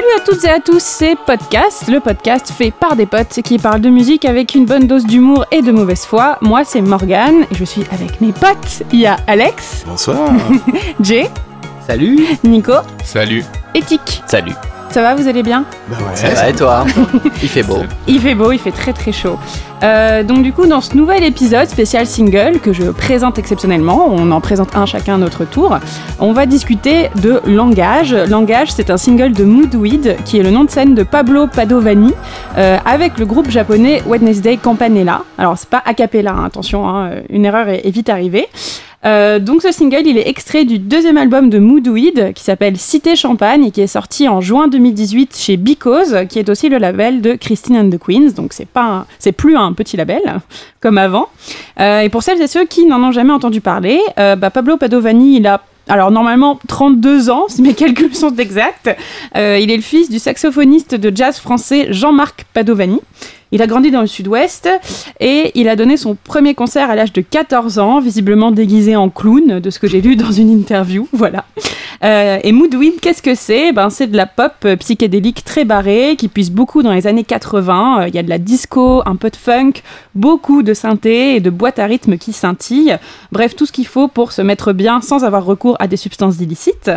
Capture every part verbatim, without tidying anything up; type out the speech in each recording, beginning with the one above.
à toutes et à tous, c'est Podcast, le podcast fait par des potes qui parlent de musique avec une bonne dose d'humour et de mauvaise foi. Moi, c'est Morgane et je suis avec mes potes. Il y a Alex. Bonsoir. Jay. Salut. Nico. Salut. Et Tic. Salut. Ça va, vous allez bien ? Bah ouais. Ça va et toi ? Il fait beau. Il fait beau, il fait très très chaud. Euh, donc du coup, dans ce nouvel épisode spécial single que je présente exceptionnellement, on en présente un chacun à notre tour, on va discuter de Langage. Langage, c'est un single de Moodweed, qui est le nom de scène de Pablo Padovani, euh, avec le groupe japonais Wednesday Campanella. Alors c'est pas a cappella, hein, attention, hein, une erreur est, est vite arrivée. Euh, donc ce single, il est extrait du deuxième album de Moodweed qui s'appelle Cité Champagne et qui est sorti en juin deux mille dix-huit chez Because, qui est aussi le label de Christine and the Queens. Donc c'est pas, un, c'est plus un petit label comme avant. Euh, et pour celles et ceux qui n'en ont jamais entendu parler, euh, bah Pablo Padovani, il a alors normalement trente-deux ans, si mes calculs sont exacts. Euh, il est le fils du saxophoniste de jazz français Jean-Marc Padovani. Il a grandi dans le sud-ouest et il a donné son premier concert à l'âge de quatorze ans, visiblement déguisé en clown, de ce que j'ai lu dans une interview, voilà. Euh, et Moodweed, qu'est-ce que c'est ? Ben, c'est de la pop psychédélique très barrée, qui puise beaucoup dans les années quatre-vingts. Il y a de la disco, un peu de funk, beaucoup de synthé et de boîtes à rythme qui scintillent. Bref, tout ce qu'il faut pour se mettre bien sans avoir recours à des substances illicites.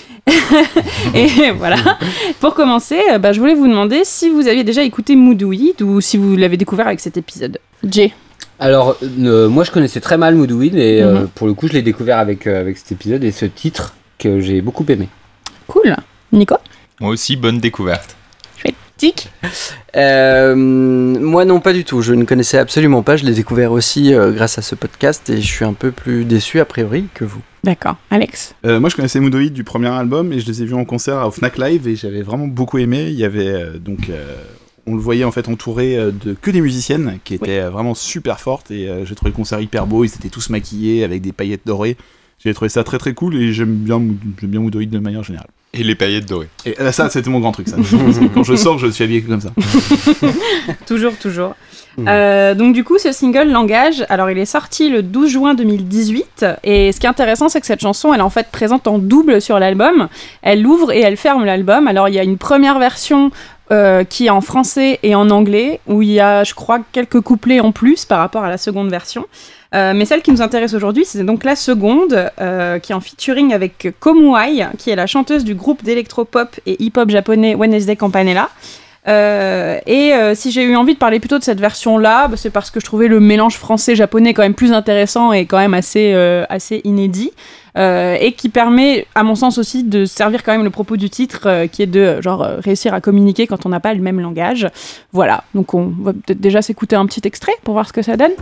Et voilà. Pour commencer, bah, je voulais vous demander si vous aviez déjà écouté Moodweed ou si vous l'avez découvert avec cet épisode. Jay. Alors, euh, moi je connaissais très mal Moodweed et Mm-hmm. euh, pour le coup je l'ai découvert avec, euh, avec cet épisode et ce titre que j'ai beaucoup aimé. Cool. Nico ? Moi aussi, bonne découverte. Chouette. Tic ? Euh, moi non, pas du tout, je ne connaissais absolument pas, je l'ai découvert aussi euh, grâce à ce podcast et je suis un peu plus déçu a priori que vous. D'accord. Alex ? Euh, moi je connaissais Moodweed du premier album et je les ai vus en concert au Fnac Live et j'avais vraiment beaucoup aimé. Il y avait euh, donc euh, on le voyait en fait entouré euh, de que des musiciennes qui étaient euh, vraiment super fortes et euh, j'ai trouvé le concert hyper beau. Ils étaient tous maquillés avec des paillettes dorées. J'ai trouvé ça très très cool et j'aime bien, j'aime bien Moodweed de manière générale. Et les paillettes dorées. Et euh, ça c'était mon grand truc ça. Quand je sors je suis habillé comme ça. Toujours, toujours. Mmh. Euh, donc du coup, ce single Langage, alors il est sorti le douze juin deux mille dix-huit et ce qui est intéressant, c'est que cette chanson, elle est en fait présente en double sur l'album. Elle ouvre et elle ferme l'album. Alors il y a une première version euh, qui est en français et en anglais où il y a, je crois, quelques couplets en plus par rapport à la seconde version. Euh, mais celle qui nous intéresse aujourd'hui, c'est donc la seconde, euh, qui est en featuring avec Komuai, qui est la chanteuse du groupe d'électropop et hip-hop japonais Wednesday Campanella. Euh, et euh, si j'ai eu envie de parler plutôt de cette version-là, bah, c'est parce que je trouvais le mélange français-japonais quand même plus intéressant et quand même assez, euh, assez inédit. Euh, et qui permet, à mon sens aussi, de servir quand même le propos du titre, euh, qui est de genre euh, réussir à communiquer quand on n'a pas le même langage. Voilà, donc on va peut-être déjà s'écouter un petit extrait pour voir ce que ça donne.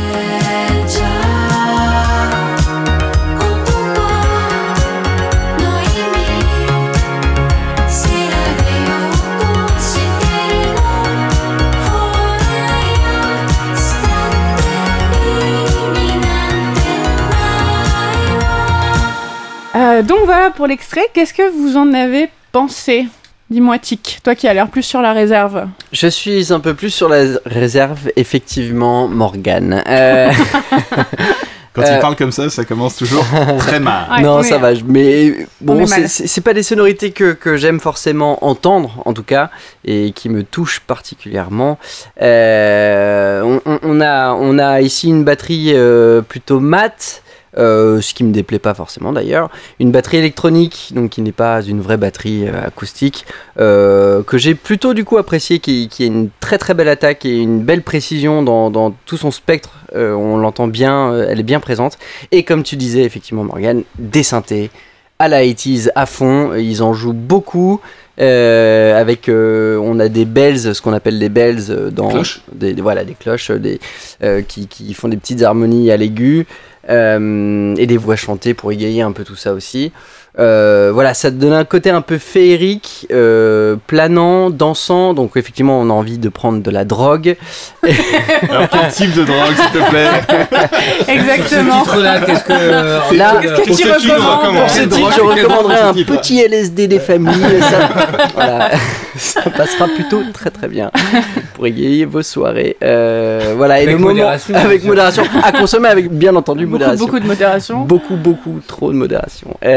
Euh, donc voilà pour l'extrait, qu'est-ce que vous en avez pensé ? Dis-moi Tic, toi qui as l'air plus sur la réserve. Je suis un peu plus sur la réserve, effectivement, Morgane. Euh... Quand euh... il parle comme ça, ça commence toujours très mal. Ouais, non, ça est... va, mais bon, c'est, mal. c'est, c'est pas des sonorités que, que j'aime forcément entendre, en tout cas, et qui me touchent particulièrement. Euh, on, on, on, a, on a ici une batterie euh, plutôt mate. Euh, ce qui me déplaît pas forcément d'ailleurs, une batterie électronique, donc qui n'est pas une vraie batterie euh, acoustique, euh, que j'ai plutôt du coup apprécié, qui, qui a une très très belle attaque et une belle précision dans, dans tout son spectre, euh, on l'entend bien, euh, elle est bien présente, et comme tu disais effectivement Morgane, des synthés à la quatre-vingt-dix à fond, ils en jouent beaucoup. Euh, avec euh, on a des bells, ce qu'on appelle des bells dans cloches. Des, des, voilà des cloches des, euh, qui, qui font des petites harmonies à l'aigu. Euh, et des voix chantées pour égayer un peu tout ça aussi. Euh, voilà, ça te donne un côté un peu féerique, euh, planant, dansant, donc effectivement on a envie de prendre de la drogue. Alors quel type de drogue s'il te plaît ? Exactement. Ce titre-là, qu'est-ce que... Là, qu'est-ce que tu recommandes ? Pour ce titre, je recommanderais un petit L S D des familles, ça, voilà, ça passera plutôt très très bien pour égayer vos soirées. Euh, voilà, et avec le moment, modération, avec modération, à consommer avec bien entendu Beaucoup, modération. beaucoup de modération. Beaucoup, beaucoup trop de modération. Euh,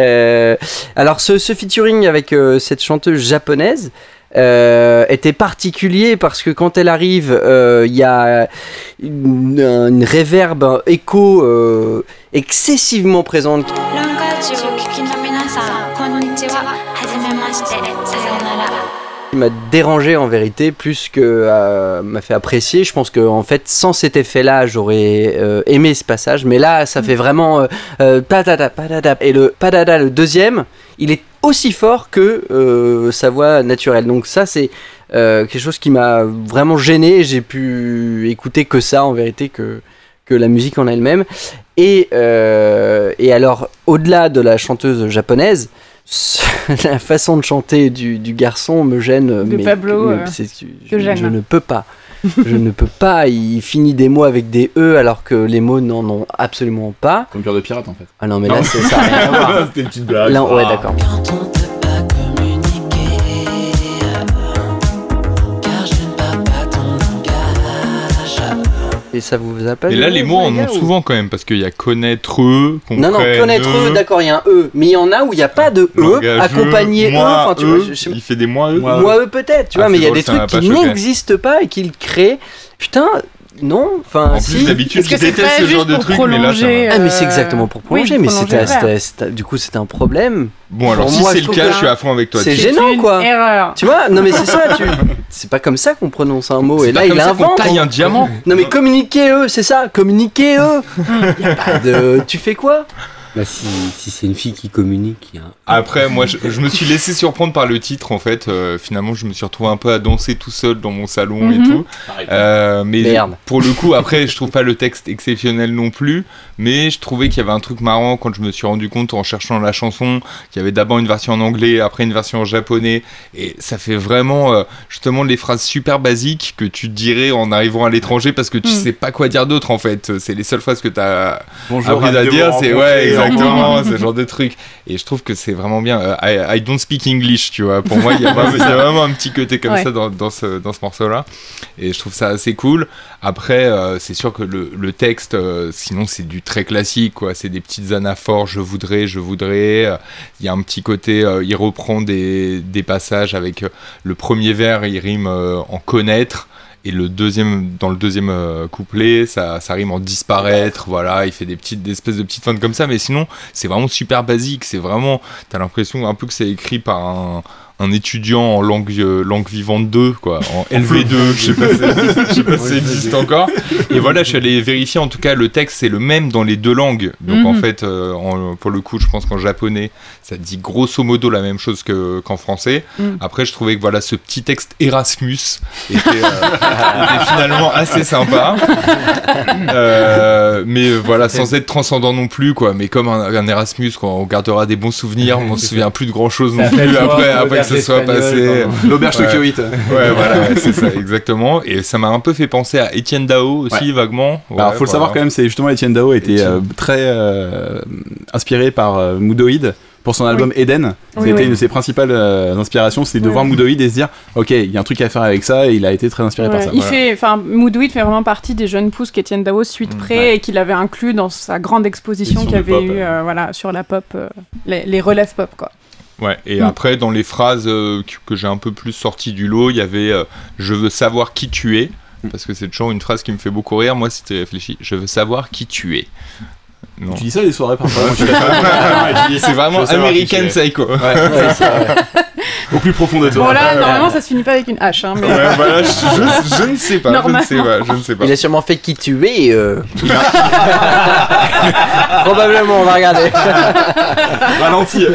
Euh, alors ce, ce featuring avec euh, cette chanteuse japonaise euh, était particulier parce que quand elle arrive, il euh, y a une, une réverb, un écho euh, excessivement présente. Qui m'a dérangé en vérité plus que euh, m'a fait apprécier. Je pense que en fait sans cet effet là j'aurais euh, aimé ce passage, mais là ça fait vraiment euh, euh, patata patata, et le patata le deuxième il est aussi fort que euh, sa voix naturelle, donc ça c'est euh, quelque chose qui m'a vraiment gêné. J'ai pu écouter que ça en vérité, que, que la musique en elle-même. Et, euh, et alors au-delà de la chanteuse japonaise, la façon de chanter du, du garçon me gêne. De mais, Pablo, mais euh, c'est, je, je, je ne peux pas. je ne peux pas. Il finit des mots avec des E alors que les mots n'en ont absolument pas. Comme Cœur de pirate en fait. Ah non, mais là, c'est, ça n'a rien à voir. C'était une petite blague. Là, ouais, d'accord. Et ça vous a pas Et là, gêné, les vous, mots en gars, ont ou... souvent quand même, parce qu'il y a connaître eux, Non, non, comprenne, connaître eux, d'accord, il y a un E. Mais il y en a où il n'y a pas de E, langageux, accompagné E. moi, Enfin, tu eux, vois, je sais- il fait des mois eux. Moi, Moi, eux, peut-être, tu Ah, vois, mais il y a c'est des drôle, ça trucs m'a qui pas choqué. n'existent pas et qu'ils créent. Putain, non, enfin, En si. plus, d'habitude, Est-ce je que c'est déteste pas ce juste genre de pour truc, mais là, ça prolonger, va. Ah, mais euh, c'est exactement pour prolonger, oui, mais prolonger c'était, le verbe. c'était- c'était- du coup, c'est un problème. Bon, alors Pour si moi, c'est je le trouve cas, que- je suis à fond avec toi. C'est dessus. gênant, une quoi. Erreur. Tu vois, non, mais c'est ça, tu... c'est pas comme ça qu'on prononce un mot. C'est Et là, pas il comme ça qu'on invente. taille un diamant. Non, mais communiquez eux, c'est ça, communiquez eux. Y a pas de. Tu fais quoi? Bah, si, si c'est une fille qui communique, il y a un... Après, moi, je, je me suis laissé surprendre par le titre, en fait. Euh, finalement, je me suis retrouvé un peu à danser tout seul dans mon salon et Mhm. tout. Euh, mais Merde. pour le coup, après, je trouve pas le texte exceptionnel non plus. Mais je trouvais qu'il y avait un truc marrant quand je me suis rendu compte en cherchant la chanson qu'il y avait d'abord une version en anglais, après une version en japonais. Et ça fait vraiment, euh, justement, les phrases super basiques que tu dirais en arrivant à l'étranger parce que tu Mhm. sais pas quoi dire d'autre, en fait. C'est les seules phrases que t'as Bonjour, appris à ravi de dire, vous c'est rencontrer. ouais, exactement, ce genre de truc. Et je trouve que c'est vraiment bien. Euh, I, I don't speak English, tu vois. Pour moi, il y, a vraiment- il y a vraiment un petit côté comme Ouais. ça dans, dans ce, dans ce morceau-là. Et je trouve ça assez cool. Après, euh, c'est sûr que le, le texte, euh, sinon, c'est du très classique, quoi. C'est des petites anaphores, je voudrais, je voudrais. Euh, Il y a un petit côté, euh, il reprend des, des passages avec euh, le premier vers, il rime euh, en connaître. Et le deuxième, dans le deuxième euh, couplet, ça, ça rime en disparaître, voilà, il fait des petites, des espèces de petites feintes comme ça, mais sinon, c'est vraiment super basique, c'est vraiment, t'as l'impression un peu que c'est écrit par un, un étudiant en langue, euh, langue vivante deux, quoi, en L V deux, je sais pas si je sais pas si ça existe encore. Et voilà, je suis allé vérifier, en tout cas, le texte, c'est le même dans les deux langues, donc Mhm. en fait, euh, en- pour le coup, je pense qu'en japonais, ça dit grosso modo la même chose que, qu'en français. Mhm. Après, je trouvais que voilà, ce petit texte Erasmus était, euh, était finalement assez sympa. Euh, mais voilà, sans être transcendant non plus, quoi. Mais comme un, un Erasmus, quoi, on gardera des bons souvenirs, on se souvient plus de grand chose non Ça fait plus fort, après, l'auberge après que ce soit espagnole, passé. pardon. L'auberge Ouais. Tokyo huit. Ouais, voilà, ouais, c'est ça, exactement. Et ça m'a un peu fait penser à Étienne Dao aussi, Ouais. vaguement. Bah, alors, Ouais, faut le savoir voilà. quand même, c'est justement Etienne Dao a été Etienne. euh, très euh, inspiré par euh, Moodoid pour son album Eden. Oui, C'était oui. une de ses principales euh, inspirations, c'était de Oui, voir oui. Moodoid et se dire, ok, il y a un truc à faire avec ça, et il a été très inspiré par Ouais, ça. il Voilà. fait, enfin, Moodoid fait vraiment partie des jeunes pousses qu'Étienne Dao suite Mm, près ouais. et qu'il avait inclus dans sa grande exposition Édition qu'il de avait pop, eu, ouais. euh, voilà, sur la pop, euh, les, les relèves pop, quoi. Ouais, et Mm. après, dans les phrases euh, que, que j'ai un peu plus sorties du lot, il y avait euh, je veux savoir qui tu es. Parce que c'est toujours une phrase qui me fait beaucoup rire. Moi, c'était réfléchi. Je veux savoir qui tu es. Non. Tu dis ça les soirées parfois. Moi, je suis d'accord. Et tu dis, C'est vraiment je veux savoir qui tu American es. Psycho. Ouais, ouais, c'est vrai. Au plus profond de toi. Bon là, normalement, ça se finit pas avec une hache, hein, mais... Ouais, voilà, je, je- je ne sais pas, je ne sais pas, je ne sais pas. Il a sûrement fait qui tu es. euh. Probablement, on va regarder. Ralenti.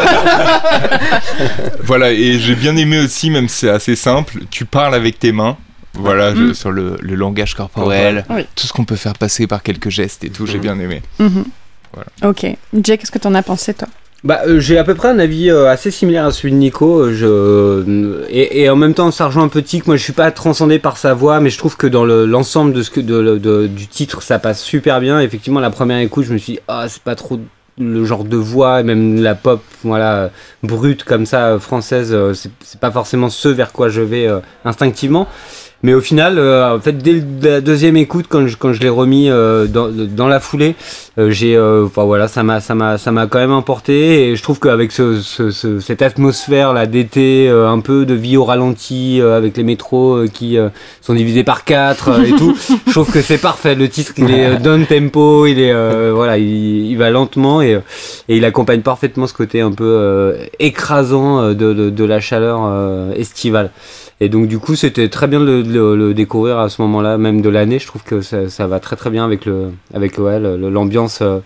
Voilà, et j'ai bien aimé aussi, même si c'est assez simple, tu parles avec tes mains. Voilà, je- Mm. sur le, le langage corporel, Oui. tout ce qu'on peut faire passer par quelques gestes et tout, j'ai bien aimé. Mhm. Voilà. Ok. Jay, qu'est-ce que t'en as pensé, toi? Bah, euh, j'ai à peu près un avis euh, assez similaire à celui de Nico. euh, Je, euh, et, et en même temps, ça rejoint un peu Tic. Moi, je suis pas transcendé par sa voix, mais je trouve que dans le- l'ensemble de ce que, de, de- du titre, ça passe super bien. Effectivement, la première écoute, je me suis dit, ah, c'est pas trop le genre de voix, et même la pop, voilà, euh, brute comme ça, euh, française, euh, c'est c'est pas forcément ce vers quoi je vais euh, instinctivement. Mais au final, euh, en fait, dès la deuxième écoute, quand je, quand je l'ai remis euh, dans, dans la foulée, euh, j'ai, euh, enfin voilà, ça m'a, ça m'a, ça m'a quand même emporté. Et je trouve qu'avec ce, ce, ce, cette atmosphère là d'été, euh, un peu de vie au ralenti, euh, avec les métros euh, qui euh, sont divisés par quatre euh, et tout, je trouve que c'est parfait. Le titre, il est euh, down tempo, il est, euh, voilà, il, il va lentement et, et il accompagne parfaitement ce côté un peu euh, écrasant euh, de, de, de la chaleur euh, estivale. Et donc du coup c'était très bien de le, de le, le découvrir à ce moment-là même de l'année. Je trouve que ça, ça va très très bien avec, le, avec ouais, le, l'ambiance euh,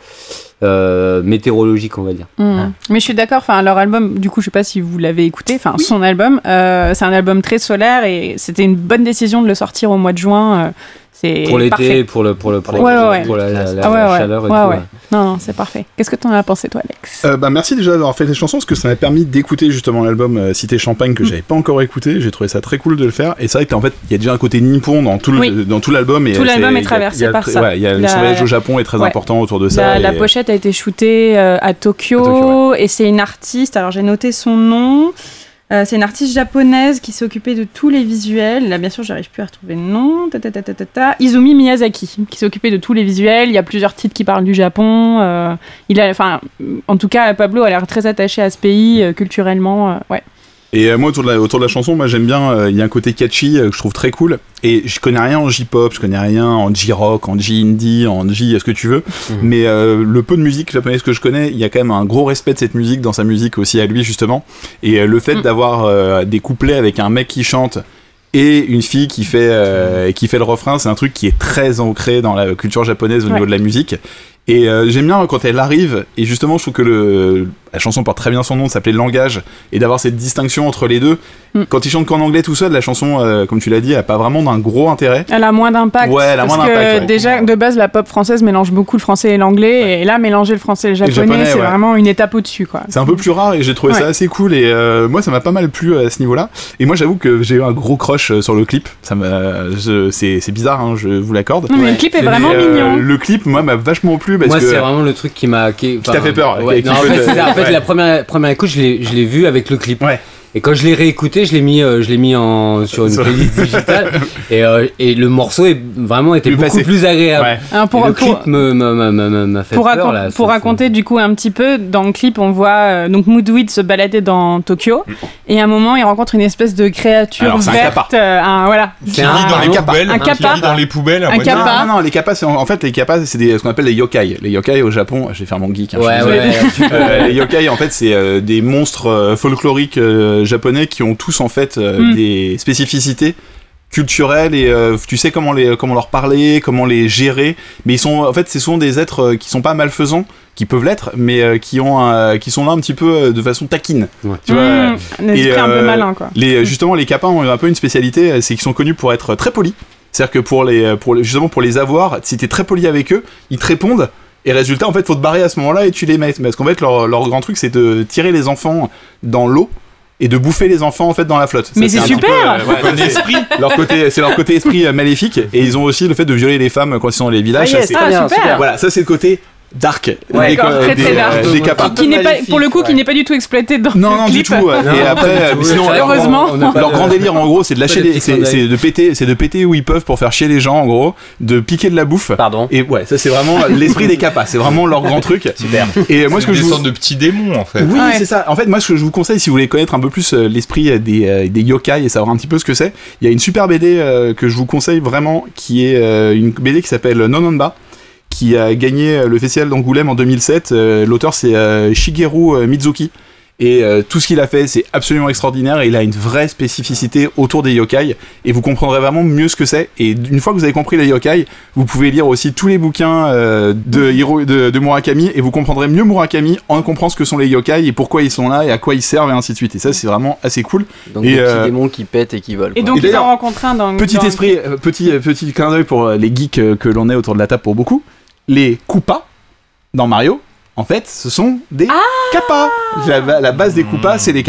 euh, météorologique on va dire. Mmh. Ah. Mais je suis d'accord, enfin leur album, du coup je sais pas si vous l'avez écouté, enfin oui. son album, euh, c'est un album très solaire et c'était une bonne décision de le sortir au mois de juin. Euh, c'est pour l'été, parfait. pour le pour le pour, ouais, ouais, pour la, la, la, ah ouais, la ouais. chaleur et ouais, tout. Ouais. Ouais. Non, non, c'est parfait. Qu'est-ce que t'en as pensé, toi, Alex ? euh, bah, Merci déjà d'avoir fait les chansons, parce que ça m'a permis d'écouter justement l'album euh, Cité Champagne, que mmh. j'avais pas encore écouté. J'ai trouvé ça très cool de le faire. Et c'est vrai qu'en fait, il y a déjà un côté nippon dans tout, le, oui. dans tout l'album. Et tout l'album est traversé y a, y a, par ça. Ouais, y a, la... Le voyage au Japon est très ouais. important autour de ça. La, et... la pochette a été shootée euh, à Tokyo, à Tokyo ouais. et c'est une artiste, alors j'ai noté son nom. Euh, c'est une artiste japonaise qui s'est occupée de tous les visuels. Là, bien sûr, j'arrive plus à retrouver le nom. Ta, ta, ta, ta, ta, ta. Izumi Miyazaki, qui s'est occupée de tous les visuels. Il y a plusieurs titres qui parlent du Japon. Euh, il a, enfin, en tout cas, Pablo a l'air très attaché à ce pays euh, culturellement. Euh, ouais. Et euh, moi, autour de, la, autour de la chanson, moi j'aime bien, il euh, y a un côté catchy euh, que je trouve très cool. Et je connais rien en J-pop, je connais rien en J-rock, en J-indie, en J ce que tu veux. Mmh. Mais euh, le peu de musique japonaise que je connais, il y a quand même un gros respect de cette musique dans sa musique aussi à lui, justement. Et euh, le fait mmh. d'avoir euh, des couplets avec un mec qui chante et une fille qui fait, euh, qui fait le refrain, c'est un truc qui est très ancré dans la culture japonaise au ouais. niveau de la musique. Et euh, j'aime bien quand elle arrive, et justement je trouve que le, la chanson porte très bien son nom, ça s'appelait Langage, et d'avoir cette distinction entre les deux. Mm. Quand il chante qu'en anglais tout seul, la chanson, euh, comme tu l'as dit, elle n'a pas vraiment d'un gros intérêt. Elle a moins d'impact. Ouais, elle a parce moins que d'impact. Ouais. Déjà, de base, la pop française mélange beaucoup le français et l'anglais, ouais. et là, mélanger le français et le japonais, et japonais c'est ouais. vraiment une étape au-dessus, quoi. C'est un peu plus rare, et j'ai trouvé ouais. ça assez cool, et euh, moi ça m'a pas mal plu à ce niveau-là. Et moi j'avoue que j'ai eu un gros crush sur le clip. Ça m'a, je, c'est, c'est bizarre, hein, je vous l'accorde. Non, mais ouais. le clip est vraiment et, mignon. Euh, le clip, moi, m'a vachement plu parce moi, que. Moi, c'est vraiment le truc qui m'a. Qui, qui t'a fait peur. Ouais, non, en fait, c'est ça. En fait, ouais. la première, première écoute, je l'ai, je l'ai vu avec le clip. Ouais. Et quand je l'ai réécouté, je l'ai mis, euh, je l'ai mis en, sur une playlist digitale. Et, euh, et le morceau est vraiment était plus beaucoup passé. Plus agréable. Ouais. Alors pour, et le pour, clip me, me, me, me, m'a fait pour peur. Racon- là, pour ça, raconter ça. du coup un petit peu, dans le clip, on voit euh, donc Moodweed se balader dans Tokyo. Mm. Et à un moment, il rencontre une espèce de créature Alors, verte. Un euh, un, voilà. C'est un, dans les poubelles. Un kappa. Dans les poubelles. Un kappa. Non, non, les kappas, c'est en, en fait, les kappas, c'est des, ce qu'on appelle les yokai. Les yokai au Japon, je vais faire mon geek. Hein, ouais, ouais. euh, les yokai, en fait, c'est euh, des monstres euh, folkloriques euh, japonais qui ont tous en fait euh, mm. des spécificités culturelles et euh, tu sais comment les comment leur parler, comment les gérer, mais ils sont en fait ce sont des êtres euh, qui sont pas malfaisants, qui peuvent l'être, mais euh, qui ont euh, qui sont là un petit peu euh, de façon taquine. Ouais. Tu vois, mmh, un esprit euh, un peu malin quoi. Les justement les kappas ont un peu une spécialité, c'est qu'ils sont connus pour être très polis. C'est-à-dire que pour les pour les, justement pour les avoir, si t'es très poli avec eux, ils te répondent. Et résultat, en fait, faut te barrer à ce moment-là et tu les mets. Parce qu'en fait, leur, leur grand truc, c'est de tirer les enfants dans l'eau et de bouffer les enfants en fait dans la flotte. Mais ça, c'est, c'est super. Peu, euh, ouais, c'est, esprit. Leur côté, c'est leur côté esprit euh, maléfique. Et ils ont aussi le fait de violer les femmes quand ils sont dans les villages. Ah, yes, c'est, ah, bien, super. Voilà, ça c'est le côté dark, ouais, des, euh, très, des, très dark. Euh, des kappas. Qui, qui n'est pas, pour le coup, ouais. qui n'est pas du tout exploité dans non, le non, clip. Du tout. Ouais. Non, et après, tout, sinon, ouais, heureusement, on, on leur de... grand délire en gros, c'est de lâcher, les, c'est, c'est de péter, c'est de péter où ils peuvent pour faire chier les gens en gros, de piquer de la bouffe. Pardon. Et ouais, ça c'est vraiment l'esprit des kappas, c'est vraiment leur grand truc. Super. Et moi, ce que des je sortes de petits démons en fait. Oui, ouais. c'est ça. En fait, moi, ce que je vous conseille, si vous voulez connaître un peu plus euh, l'esprit des euh, des yokai et savoir un petit peu ce que c'est, il y a une super B D euh, que je vous conseille vraiment, qui est euh, une B D qui s'appelle Nononba, qui a gagné le festival d'Angoulême en deux mille sept. Euh, l'auteur, c'est euh, Shigeru euh, Mizuki. Et euh, tout ce qu'il a fait, c'est absolument extraordinaire. Et il a une vraie spécificité autour des yokai. Et vous comprendrez vraiment mieux ce que c'est. Et une fois que vous avez compris les yokai, vous pouvez lire aussi tous les bouquins euh, de, Hiro, de, de Murakami. Et vous comprendrez mieux Murakami en comprenant ce que sont les yokai et pourquoi ils sont là et à quoi ils servent et ainsi de suite. Et ça, c'est vraiment assez cool. Donc et des euh, petits démons qui pètent et qui volent. Et quoi. donc, et ils en rencontrent un dans Petit dans esprit, euh, petit, euh, petit clin d'œil pour euh, les geeks euh, que l'on est autour de la table pour beaucoup. Les Koopas dans Mario, en fait, ce sont des ah kappas. La, la base des Koopas, c'est les kappas.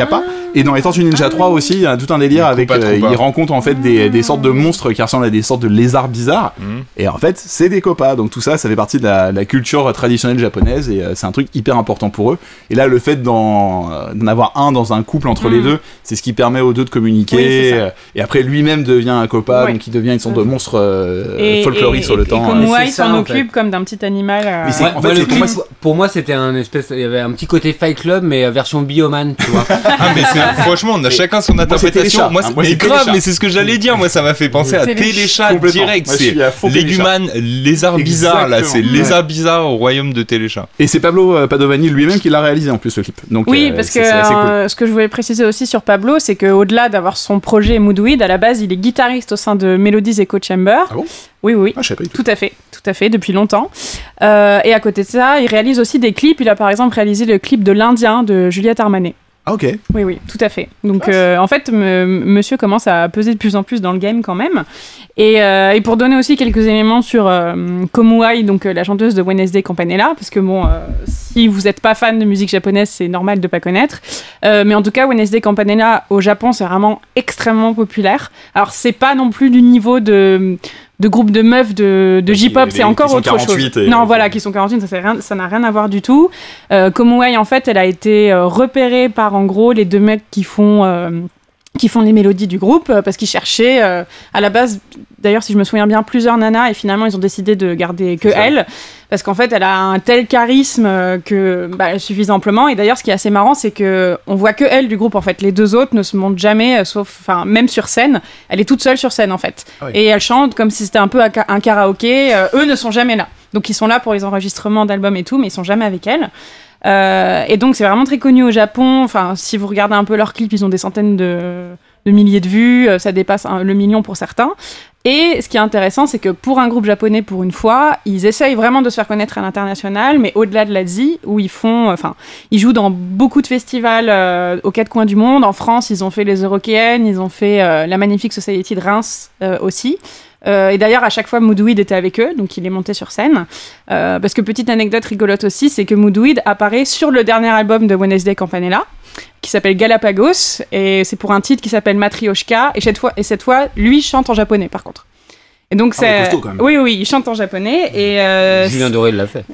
Et dans les Tortues Ninja trois aussi, il y a tout un délire avec. Euh, ils rencontrent en fait des, des sortes de monstres qui ressemblent à des sortes de lézards bizarres. Mmh. Et en fait, c'est des copas. Donc tout ça, ça fait partie de la, la culture traditionnelle japonaise et euh, c'est un truc hyper important pour eux. Et là, le fait d'en, euh, d'en avoir un dans un couple entre mmh. les deux, c'est ce qui permet aux deux de communiquer. Oui, euh, et après, lui-même devient un copa, oui. donc il devient une sorte de monstre euh, et, folklorique et, sur le et, temps. Et comme moi, il s'en occupe fait. comme d'un petit animal. Euh... Mais c'est, ouais, en fait, ouais, c'est pour, moi, c'est... pour moi, c'était un espèce. Il y avait un petit côté Fight Club, mais version Bioman, tu vois. Ah, mais c'est, franchement, on a chacun son interprétation. Moi, c'est, moi, c'est, moi, c'est grave, mais c'est ce que j'allais dire. Moi, ça m'a fait penser à Téléchat direct. Moi, c'est Léguman, lézard bizarre, là. C'est lézard bizarre au royaume de Téléchat. Et c'est Pablo Padovani lui-même qui l'a réalisé en plus, le clip. Donc, oui, euh, parce que euh, cool. ce que je voulais préciser aussi sur Pablo, c'est qu'au-delà d'avoir son projet Moodweed, à la base, il est guitariste au sein de Melodies Echo Chamber. Ah bon ? Oui, oui, ah, je sais pas du tout. tout à fait, tout à fait, depuis longtemps. Euh, et à côté de ça, il réalise aussi des clips. Il a par exemple réalisé le clip de l'Indien de Juliette Armanet. Ah ok. Oui, oui, tout à fait. Donc euh, en fait, m- monsieur commence à peser de plus en plus dans le game quand même. Et, euh, et pour donner aussi quelques éléments sur euh, Komuai, donc euh, la chanteuse de Wednesday Campanella, parce que bon, euh, si vous n'êtes pas fan de musique japonaise, c'est normal de ne pas connaître. Euh, mais en tout cas, Wednesday Campanella au Japon, c'est vraiment extrêmement populaire. Alors c'est pas non plus du niveau de... de groupes de meufs de, de J-pop, les, c'est encore autre chose. Et... Non, voilà, qui sont quarante-huit, ça, c'est rien, ça n'a rien à voir du tout. Euh, Komuai, en fait, elle a été euh, repérée par, en gros, les deux mecs qui font... Euh, qui font les mélodies du groupe, euh, parce qu'ils cherchaient, euh, à la base, d'ailleurs, si je me souviens bien, plusieurs nanas, et finalement, ils ont décidé de garder que elle, parce qu'en fait, elle a un tel charisme euh, que bah, elle suffit amplement, et d'ailleurs, ce qui est assez marrant, c'est que on voit que elle du groupe, en fait. Les deux autres ne se montrent jamais, euh, sauf, enfin, même sur scène, elle est toute seule sur scène, en fait. Ah oui. Et elle chante comme si c'était un peu un karaoké, euh, eux ne sont jamais là. Donc, ils sont là pour les enregistrements d'albums et tout, mais ils sont jamais avec elle. Euh, et donc c'est vraiment très connu au Japon. Enfin, si vous regardez un peu leurs clips, ils ont des centaines de, de milliers de vues, ça dépasse un, le million pour certains. Et ce qui est intéressant, c'est que pour un groupe japonais, pour une fois, ils essayent vraiment de se faire connaître à l'international, mais au-delà de l'Asie, où ils font, enfin, ils jouent dans beaucoup de festivals euh, aux quatre coins du monde. En France, ils ont fait les Eurokéennes, ils ont fait euh, la Magnifique Society de Reims euh, aussi. Euh, et d'ailleurs, à chaque fois, Moodweed était avec eux, donc il est monté sur scène. Euh, parce que petite anecdote rigolote aussi, c'est que Moodweed apparaît sur le dernier album de Wednesday Campanella, qui s'appelle Galapagos, et c'est pour un titre qui s'appelle Matryoshka, et cette fois, et cette fois lui chante en japonais par contre. Et donc c'est... Ah, costaud, quand même. Oui, oui, il chante en japonais. Et euh... Julien Doré l'a fait.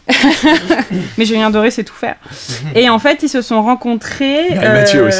Mais Julien Doré sait tout faire. Et en fait, ils se sont rencontrés. Il y a Mathieu euh... aussi.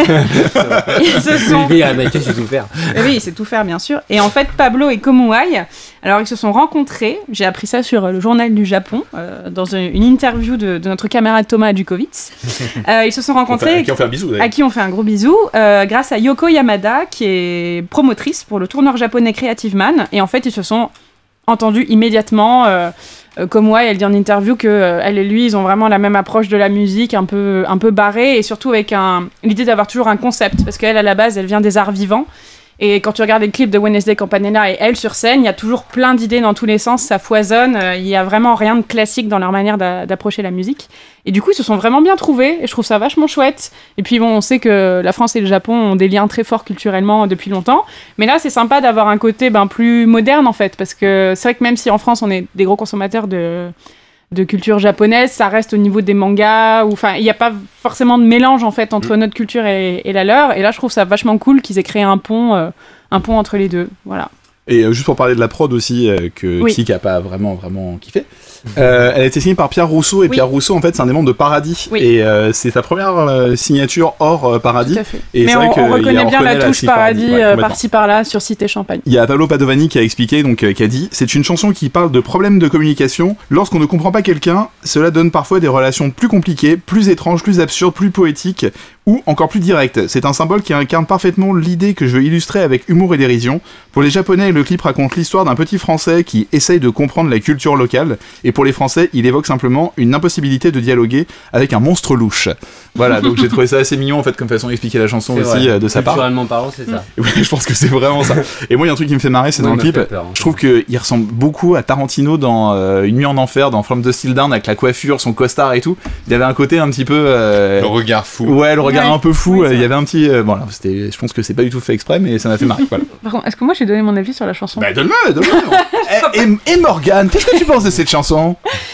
ils se sont... Oui, Mathieu sait tout faire. Et oui, il sait tout faire, bien sûr. Et en fait, Pablo et Komuai, alors ils se sont rencontrés, j'ai appris ça sur le Journal du Japon, euh, dans une, une interview de, de notre camarade Thomas Dukowitz. Euh, ils se sont rencontrés... À qui on fait un bisou, d'ailleurs. À qui on fait un gros bisou, euh, grâce à Yoko Yamada, qui est promotrice pour le tourneur japonais Creative Man. Et en fait, ils se sont entendus immédiatement. Euh, euh, comme moi, elle dit en interview que euh, elle et lui, ils ont vraiment la même approche de la musique, un peu, un peu barrée, et surtout avec un, l'idée d'avoir toujours un concept, parce qu'elle, à la base, elle vient des arts vivants. Et quand tu regardes les clips de Wednesday Campanella et elle sur scène, il y a toujours plein d'idées dans tous les sens, ça foisonne, il y a vraiment rien de classique dans leur manière d'a- d'approcher la musique. Et du coup, ils se sont vraiment bien trouvés, et je trouve ça vachement chouette. Et puis bon, on sait que la France et le Japon ont des liens très forts culturellement depuis longtemps, mais là, c'est sympa d'avoir un côté ben, plus moderne, en fait, parce que c'est vrai que même si en France, on est des gros consommateurs de... de culture japonaise, ça reste au niveau des mangas, ou enfin, il n'y a pas forcément de mélange en fait entre mmh. notre culture et, et la leur. Et là, je trouve ça vachement cool qu'ils aient créé un pont, euh, un pont entre les deux. Voilà. Et euh, juste pour parler de la prod aussi, euh, que oui. Kik a pas vraiment vraiment kiffé. Euh, elle a été signée par Pierre Rousseau, et oui. Pierre Rousseau en fait c'est un des membres de Paradis, oui. et euh, c'est sa première euh, signature hors euh, Paradis. Tout à fait. Et mais c'est on, vrai que on reconnaît y a, bien on la touche Paradis, Paradis ouais, euh, par-ci par-là sur Cité Champagne. Il y a Pablo Padovani qui a expliqué, donc euh, qui a dit « C'est une chanson qui parle de problèmes de communication. Lorsqu'on ne comprend pas quelqu'un, cela donne parfois des relations plus compliquées, plus étranges, plus absurdes, plus poétiques, ou encore plus directes. C'est un symbole qui incarne parfaitement l'idée que je veux illustrer avec humour et dérision. Pour les Japonais, le clip raconte l'histoire d'un petit Français qui essaye de comprendre la culture locale, et pour les Français, il évoque simplement une impossibilité de dialoguer avec un monstre louche. » Voilà, donc j'ai trouvé ça assez mignon en fait comme façon d'expliquer la chanson c'est aussi euh, de sa part. Culturellement parlant, c'est ça. Oui, je pense que c'est vraiment ça. Et moi, il y a un truc qui me fait marrer, c'est oui, dans le clip. Peur, hein. Je trouve qu'il ressemble beaucoup à Tarantino dans euh, Une nuit en enfer, dans From Dusk Till Dawn, avec la coiffure, son costard et tout. Il y avait un côté un petit peu. Euh... Le regard fou. Ouais, le regard ouais. un peu fou. Oui, il y avait un petit. Euh, bon, là, c'était. Je pense que c'est pas du tout fait exprès, mais ça m'a fait marrer. Voilà. Par contre, est-ce que moi j'ai donné mon avis sur la chanson ? Bah, donne-le, donne-le. et, et, et Morgane, qu'est-ce que tu penses de cette chanson ? sens?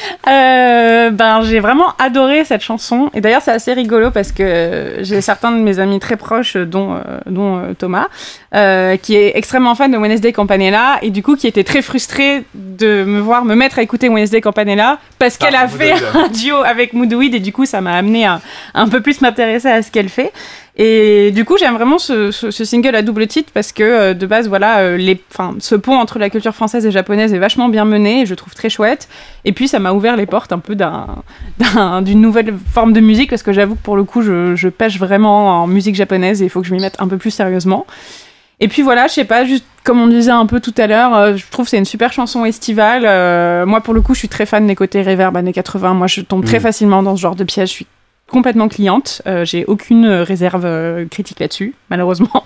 Euh, ben, j'ai vraiment adoré cette chanson. Et d'ailleurs, c'est assez rigolo parce que j'ai certains de mes amis très proches, dont, euh, dont euh, Thomas, euh, qui est extrêmement fan de Wednesday Campanella et du coup qui était très frustré de me voir me mettre à écouter Wednesday Campanella parce qu'elle Ah, a fait Moodweed. un duo avec Moodweed et du coup, ça m'a amené à un peu plus m'intéresser à ce qu'elle fait. Et du coup, j'aime vraiment ce, ce, ce single à double titre parce que euh, de base, voilà, euh, les, ce pont entre la culture française et japonaise est vachement bien mené et je trouve très chouette. Et puis, ça m'a ouvert les portes un peu d'un, d'un, d'une nouvelle forme de musique parce que j'avoue que pour le coup, je, je pêche vraiment en musique japonaise et il faut que je m'y mette un peu plus sérieusement. Et puis voilà, je sais pas, juste comme on disait un peu tout à l'heure, euh, je trouve que c'est une super chanson estivale. Euh, moi, pour le coup, je suis très fan des côtés reverb années quatre-vingts. Moi, je tombe très Mmh. facilement dans ce genre de piège. Je suis complètement cliente, euh, j'ai aucune réserve euh, critique là-dessus, malheureusement.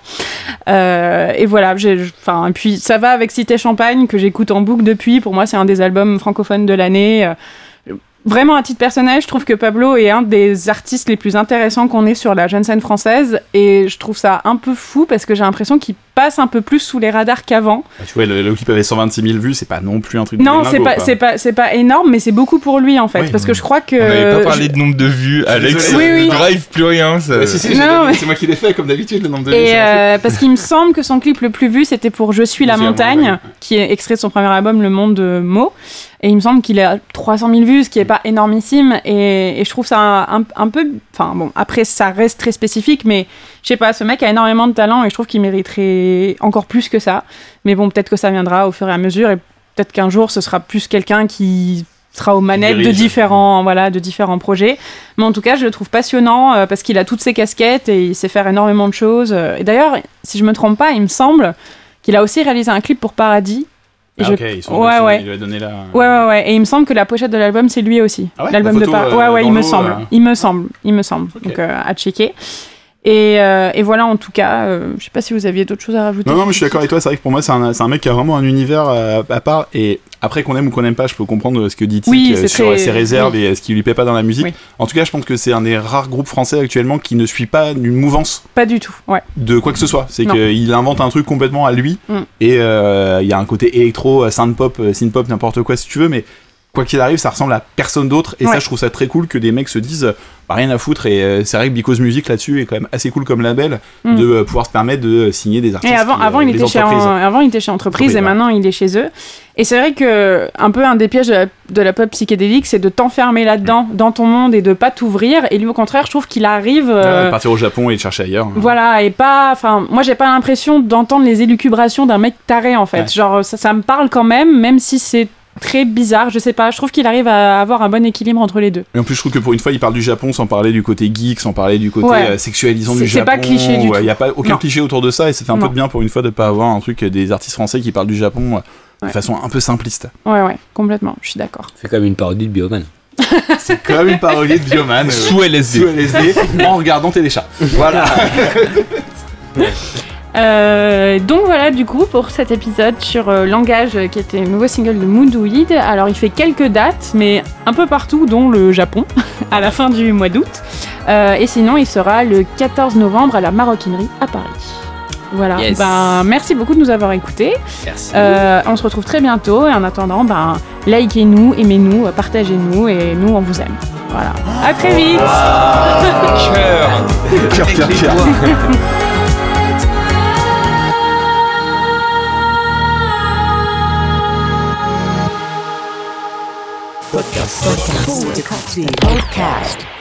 Euh, et voilà, j'ai, enfin, et puis ça va avec Cité Champagne que j'écoute en boucle depuis. Pour moi, c'est un des albums francophones de l'année. Euh, Vraiment, à titre personnel, je trouve que Pablo est un des artistes les plus intéressants qu'on ait sur la jeune scène française. Et je trouve ça un peu fou parce que j'ai l'impression qu'il passe un peu plus sous les radars qu'avant. Bah, tu vois, le, le clip avait cent vingt-six mille vues, c'est pas non plus un truc de Non, dingo, c'est pas, quoi. c'est pas, c'est pas énorme, mais c'est beaucoup pour lui en fait. Oui. Parce que je crois que. On n'avait pas parlé je- de nombre de vues, Alex. désolé. Oui, oui. Ne drive plus rien. Ça... Ouais, si, si, j'ai Non, donné- mais- c'est moi qui l'ai fait, comme d'habitude, le nombre de vues. Et c'est euh, parce qu'il me semble que son clip le plus vu, c'était pour Je suis la Je suis la montagne, montagne. qui est extrait de son premier album, Le Monde de Mo. Et il me semble qu'il est à trois cent mille vues, ce qui est pas énormissime. Et, et je trouve ça un, un, un peu. Enfin bon, après, ça reste très spécifique, mais je sais pas, ce mec a énormément de talent et je trouve qu'il mériterait encore plus que ça. Mais bon, peut-être que ça viendra au fur et à mesure et peut-être qu'un jour, ce sera plus quelqu'un qui sera aux manettes de dirige. différents, voilà, de différents projets. Mais en tout cas, je le trouve passionnant euh, parce qu'il a toutes ses casquettes et il sait faire énormément de choses. Euh, Et d'ailleurs, si je me trompe pas, il me semble qu'il a aussi réalisé un clip pour Paradis. Et Ah, je- ok, ils sont ouais, dessus, ouais. il lui a donné la... Ouais, ouais, ouais. Et il me semble que la pochette de l'album, c'est lui aussi. Ah ouais, L'album la de photo, Paradis. euh, Ouais, ouais, dans il me l'eau, semble. là. Il me semble. Il me semble. Ok. Donc, euh, à checker. Et, euh, et voilà, en tout cas, euh, je sais pas si vous aviez d'autres choses à rajouter. Non, non, mais je suis d'accord avec toi, c'est vrai que pour moi, c'est un, c'est un mec qui a vraiment un univers euh, à part, et après qu'on aime ou qu'on aime pas, je peux comprendre ce que dit Tic Oui, euh, c'est sur très- ses réserves et euh, ce qui lui plaît pas dans la musique. Oui. En tout cas, je pense que c'est un des rares groupes français actuellement qui ne suit pas une mouvance Pas du tout, ouais. de quoi que ce soit. C'est Non. qu'il invente un truc complètement à lui, Mm. et euh, il y a un côté électro, euh, synth-pop, euh, synth-pop, n'importe quoi si tu veux, mais quoi qu'il arrive, ça ressemble à personne d'autre, et Ouais. ça, je trouve ça très cool que des mecs se disent euh, bah, rien à foutre, et euh, c'est vrai que Because Music là-dessus est quand même assez cool comme label Mm. de euh, pouvoir se permettre de euh, signer des artistes. Et avant, qui, avant, euh, il des était chez, entreprises. en- avant, il était chez Entreprise Entreprise, et ouais. maintenant, il est chez eux. Et c'est vrai que un peu un des pièges de la, de la pop psychédélique, c'est de t'enfermer là-dedans, dans ton monde, et de pas t'ouvrir. Et lui, au contraire, je trouve qu'il arrive. euh, Ouais, partir au Japon et le chercher ailleurs. Voilà, et pas. Enfin, moi, j'ai pas l'impression d'entendre les élucubrations d'un mec taré, en fait. Ouais. Genre, ça, ça me parle quand même, même si c'est très bizarre, je sais pas. Je trouve qu'il arrive à avoir un bon équilibre entre les deux. Et en plus, je trouve que pour une fois, il parle du Japon sans parler du côté geek, sans parler du côté Ouais. euh, sexualisant C'est- du c'est Japon. pas cliché du Ouais, tout. Il n'y a pas aucun Non. cliché autour de ça, et ça fait un Non. peu de bien pour une fois de pas avoir un truc euh, des artistes français qui parlent du Japon euh, de Ouais. façon un peu simpliste. Ouais, ouais, complètement, je suis d'accord. C'est comme une parodie de Bioman. C'est comme une parodie de Bioman euh, Sous L S D. sous L S D en regardant Téléchat. Voilà. Euh, donc voilà du coup pour cet épisode sur euh, Langage euh, qui était le nouveau single de Moodweed. Alors il fait quelques dates mais un peu partout dont le Japon à la fin du mois d'août. Euh, et sinon il sera le quatorze novembre à la Maroquinerie à Paris. Voilà, Yes. ben, merci beaucoup de nous avoir écoutés. Merci. Euh, on se retrouve très bientôt et en attendant, ben, likez-nous, aimez-nous, partagez-nous et nous on vous aime. Voilà, à très vite. Cœur. Cœur, cœur, cœur. Podcast. Podcast.